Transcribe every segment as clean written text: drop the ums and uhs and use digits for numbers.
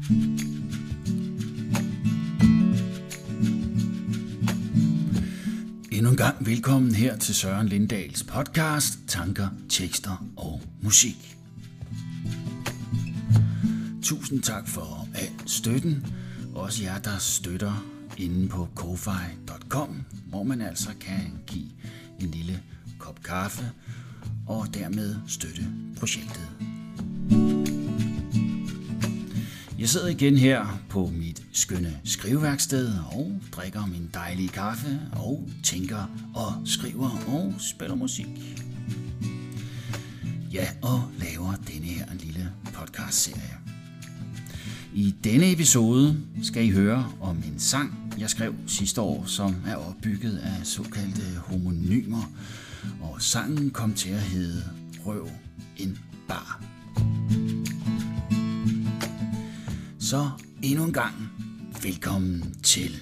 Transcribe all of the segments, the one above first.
Endnu en gang velkommen her til Søren Lindahls podcast, Tanker, Tekster og Musik. Tusind tak for al støtten, også jer der støtter inde på ko-fi.com, hvor man altså kan give en lille kop kaffe og dermed støtte projektet. Jeg sidder igen her på mit skønne skriveværksted og drikker min dejlige kaffe og tænker og skriver og spiller musik. Ja, og laver denne her lille podcastserie. I denne episode skal I høre om en sang, jeg skrev sidste år, som er opbygget af såkaldte homonymer, og sangen kom til at hedde Røv en bar. Så endnu en gang, velkommen til.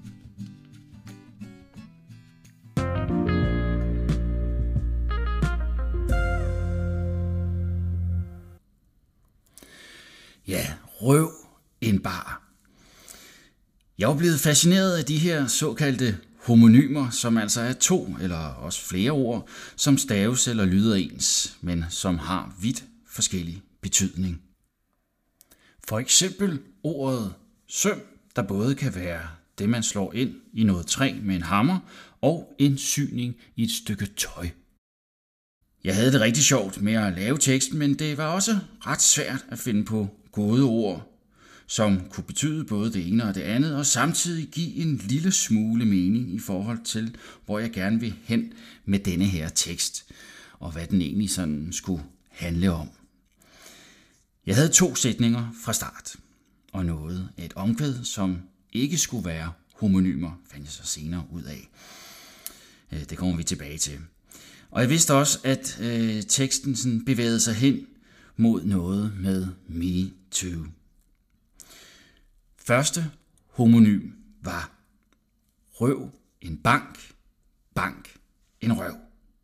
Ja, røv en bar. Jeg er blevet fascineret af de her såkaldte homonymer, som altså er to eller også flere ord, som staves eller lyder ens, men som har vidt forskellig betydning. For eksempel ordet søm, der både kan være det, man slår ind i noget træ med en hammer, og en syning i et stykke tøj. Jeg havde det rigtig sjovt med at lave teksten, men det var også ret svært at finde på gode ord, som kunne betyde både det ene og det andet, og samtidig give en lille smule mening i forhold til, hvor jeg gerne vil hen med denne her tekst, og hvad den egentlig sådan skulle handle om. Jeg havde 2 sætninger fra start, og noget af et omkvæd, som ikke skulle være homonymer, fandt jeg så senere ud af. Det kommer vi tilbage til. Og jeg vidste også, at teksten sådan bevægede sig hen mod noget med me too. Første homonym var røv en bank, bank en røv.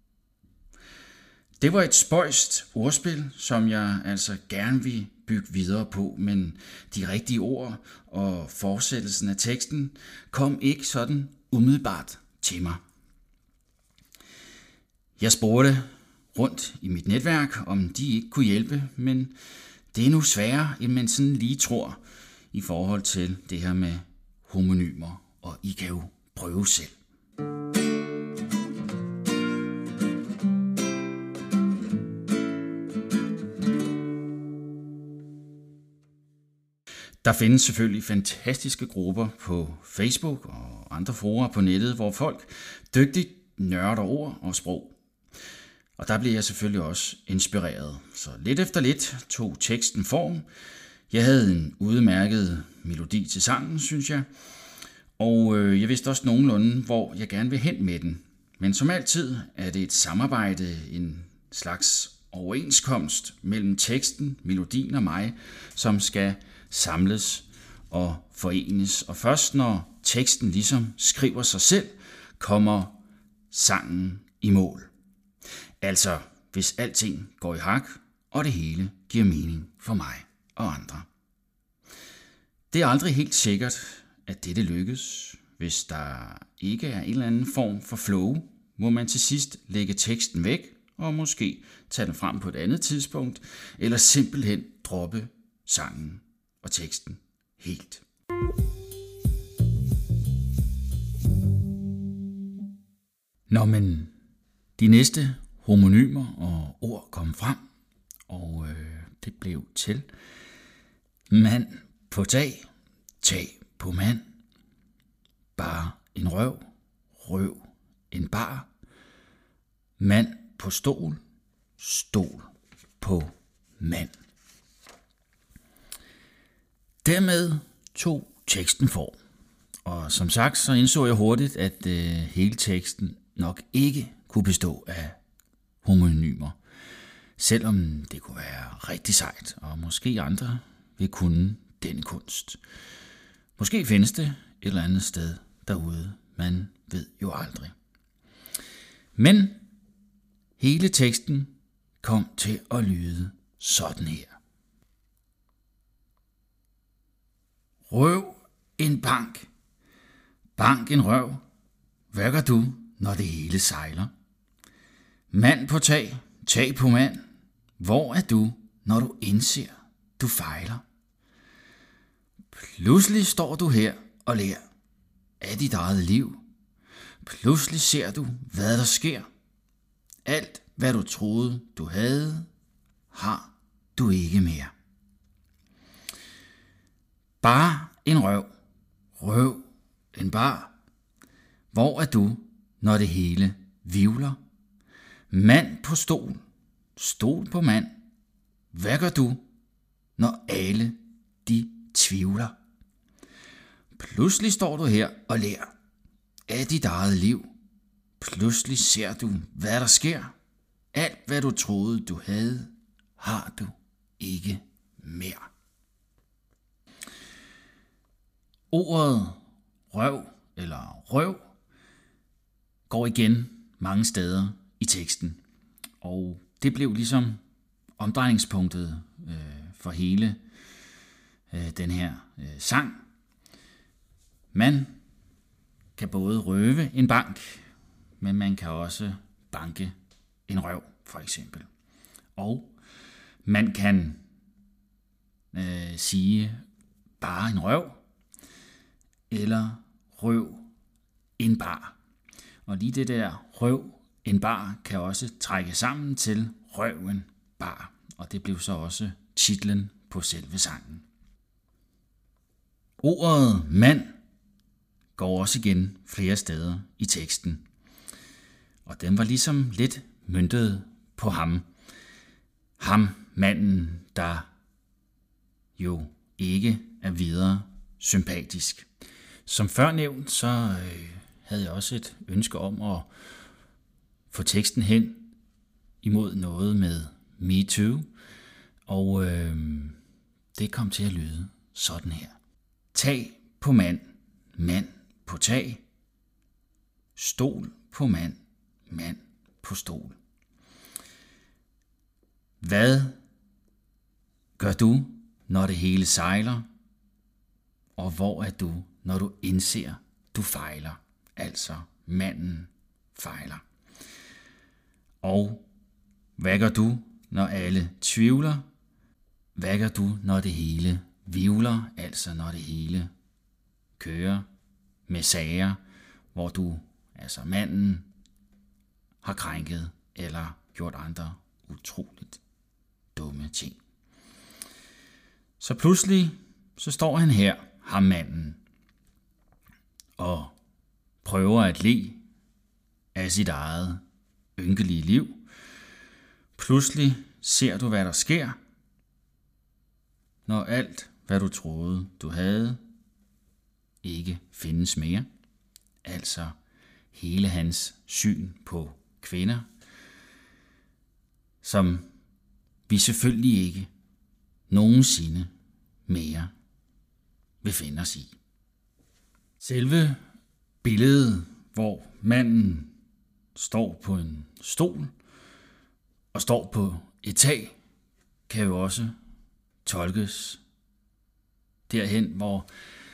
Det var et spøjst ordspil, som jeg altså gerne vil bygge videre på, men de rigtige ord og fortsættelsen af teksten kom ikke sådan umiddelbart til mig. Jeg spurgte rundt i mit netværk, om de ikke kunne hjælpe, men det er nu sværere, end man sådan lige tror i forhold til det her med homonymer, og I kan jo prøve selv. Der findes selvfølgelig fantastiske grupper på Facebook og andre fora på nettet, hvor folk dygtigt nørder ord og sprog. Og der blev jeg selvfølgelig også inspireret. Så lidt efter lidt tog teksten form. Jeg havde en udmærket melodi til sangen, synes jeg. Og jeg vidste også nogenlunde, hvor jeg gerne vil hen med den. Men som altid er det et samarbejde, en slags overenskomst mellem teksten, melodien og mig, som skal samles og forenes. Og først når teksten ligesom skriver sig selv, kommer sangen i mål. Altså, hvis alting går i hak, og det hele giver mening for mig og andre. Det er aldrig helt sikkert, at dette lykkes. Hvis der ikke er en eller anden form for flow, må man til sidst lægge teksten væk, og måske tage den frem på et andet tidspunkt, eller simpelthen droppe sangen og teksten helt. Nå, men de næste homonymer og ord kom frem, og det blev til mand på tag, tag på mand, bar en røv, røv en bar, mand på stol, stol på mand. Dermed tog teksten form, og som sagt så indså jeg hurtigt, at hele teksten nok ikke kunne bestå af homonymer, selvom det kunne være rigtig sejt, og måske andre vil kunne denne kunst. Måske findes det et eller andet sted derude, man ved jo aldrig. Men hele teksten kom til at lyde sådan her. Røv en bank. Bank en røv. Hvad gør du, når det hele sejler? Mand på tag, tag på mand. Hvor er du, når du indser, du fejler? Pludselig står du her og lærer af dit eget liv. Pludselig ser du, hvad der sker. Alt, hvad du troede, du havde, har du ikke mere. Bare en røv. Røv en bar. Hvor er du, når det hele hvirvler? Mand på stol. Stol på mand. Hvad gør du, når alle de tvivler? Pludselig står du her og lærer af dit eget liv. Pludselig ser du, hvad der sker. Alt, hvad du troede, du havde, har du ikke mere. Ordet røv eller røv går igen mange steder i teksten, og det blev ligesom omdrejningspunktet for hele den her sang. Man kan både røve en bank, men man kan også banke en røv, for eksempel. Og man kan sige bare en røv, eller røv en bar. Og lige det der røv en bar kan også trække sammen til røven bar. Og det blev så også titlen på selve sangen. Ordet mand går også igen flere steder i teksten. Og den var ligesom lidt møntet på ham. Ham, manden, der jo ikke er videre sympatisk. Som før nævnt, så havde jeg også et ønske om at få teksten hen imod noget med MeToo. Og det kom til at lyde sådan her. Tag på mand, mand på tag. Stol på mand, mand på stol. Hvad gør du, når det hele sejler? Og hvor er du, når du indser, du fejler? Altså manden fejler. Og hvad gør du, når alle tvivler? Hvad gør du, når det hele hvirvler? Altså når det hele kører med sager, hvor du, altså manden, har krænket eller gjort andre utroligt dumme ting. Så pludselig, så står han her, ham manden, og prøver at le af sit eget ynkelige liv. Pludselig ser du, hvad der sker, når alt, hvad du troede, du havde, ikke findes mere. Altså hele hans syn på kvinder, som vi selvfølgelig ikke nogensinde mere vil finde os i. Selve billedet, hvor manden står på en stol og står på et tag, kan jo også tolkes derhen, hvor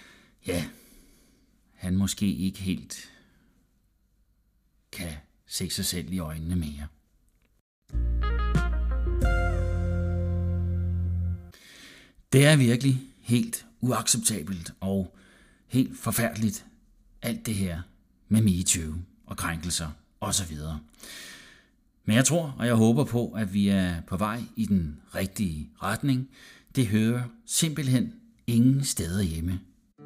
han måske ikke helt kan se sig selv i øjnene mere. Det er virkelig helt uacceptabelt og helt forfærdeligt, alt det her med MeToo og krænkelser osv. Men jeg tror, og jeg håber på, at vi er på vej i den rigtige retning. Det hører simpelthen ingen steder hjemme.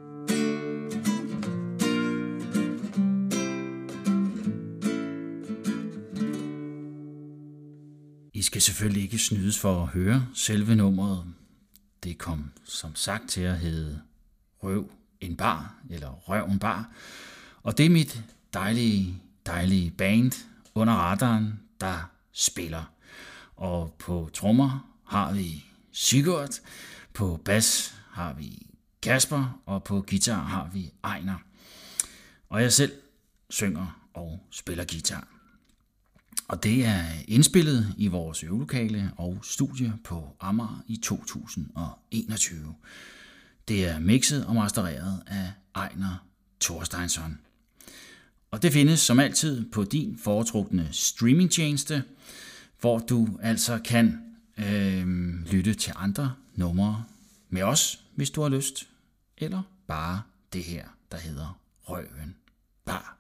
I skal selvfølgelig ikke snydes for at høre selve nummeret. Det kom som sagt til at hedde Røv en bar, eller Røv en bar. Og det er mit dejlige band under radaren, der spiller. Og på trommer har vi Sigurd, på bas har vi Kasper, og på guitar har vi Ejner. Og jeg selv synger og spiller guitar. Og det er indspillet i vores øvelokale og studie på Amager i 2021. Det er mixet og mastereret af Ejner Thorsteinsson. Og det findes som altid på din foretrukne streamingtjeneste, hvor du altså kan lytte til andre numre med os, hvis du har lyst, eller bare det her, der hedder Røven Bar.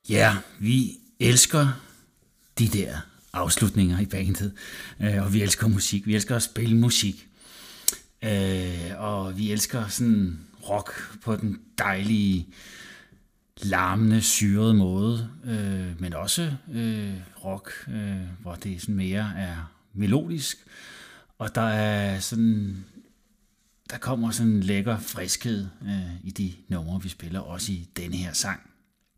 Ja, vi elsker de der afslutninger i bandet, og vi elsker musik. Vi elsker at spille musik, og vi elsker sådan rock på den dejlige, larmende, syrede måde, men også rock, hvor det sådan mere er melodisk, og der kommer sådan en lækker friskhed i de numre, vi spiller, også i denne her sang.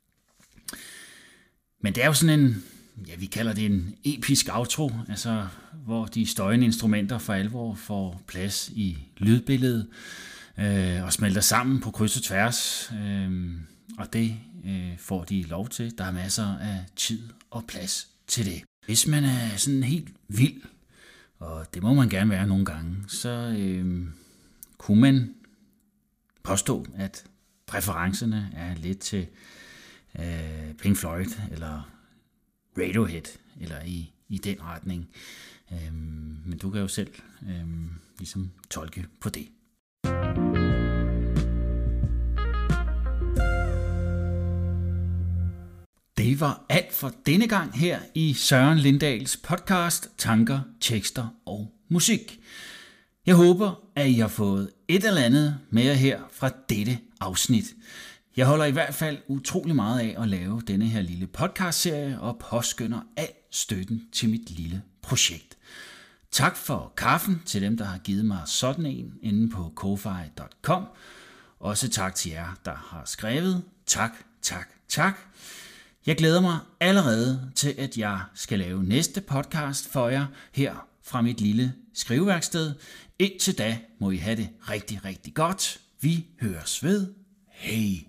Men det er jo sådan en, vi kalder det en episk outro, altså hvor de støjende instrumenter for alvor får plads i lydbilledet og smelter sammen på kryds og tværs, og det får de lov til. Der er masser af tid og plads til det. Hvis man er sådan helt vild, og det må man gerne være nogle gange, så kunne man påstå, at præferencerne er lidt til Pink Floyd eller Radiohead eller i den retning. Men du kan jo selv ligesom tolke på det. Det var alt for denne gang her i Søren Lindahls podcast Tanker, Tekster og Musik. Jeg håber, at I har fået et eller andet med jer her fra dette afsnit. Jeg holder i hvert fald utrolig meget af at lave denne her lille podcastserie og påskynder al støtten til mit lille projekt. Tak for kaffen til dem, der har givet mig sådan en inde på ko-fi.com. Også tak til jer, der har skrevet. Tak. Jeg glæder mig allerede til, at jeg skal lave næste podcast for jer her fra mit lille skriveværksted. Indtil da må I have det rigtig, rigtig godt. Vi høres ved. Hej.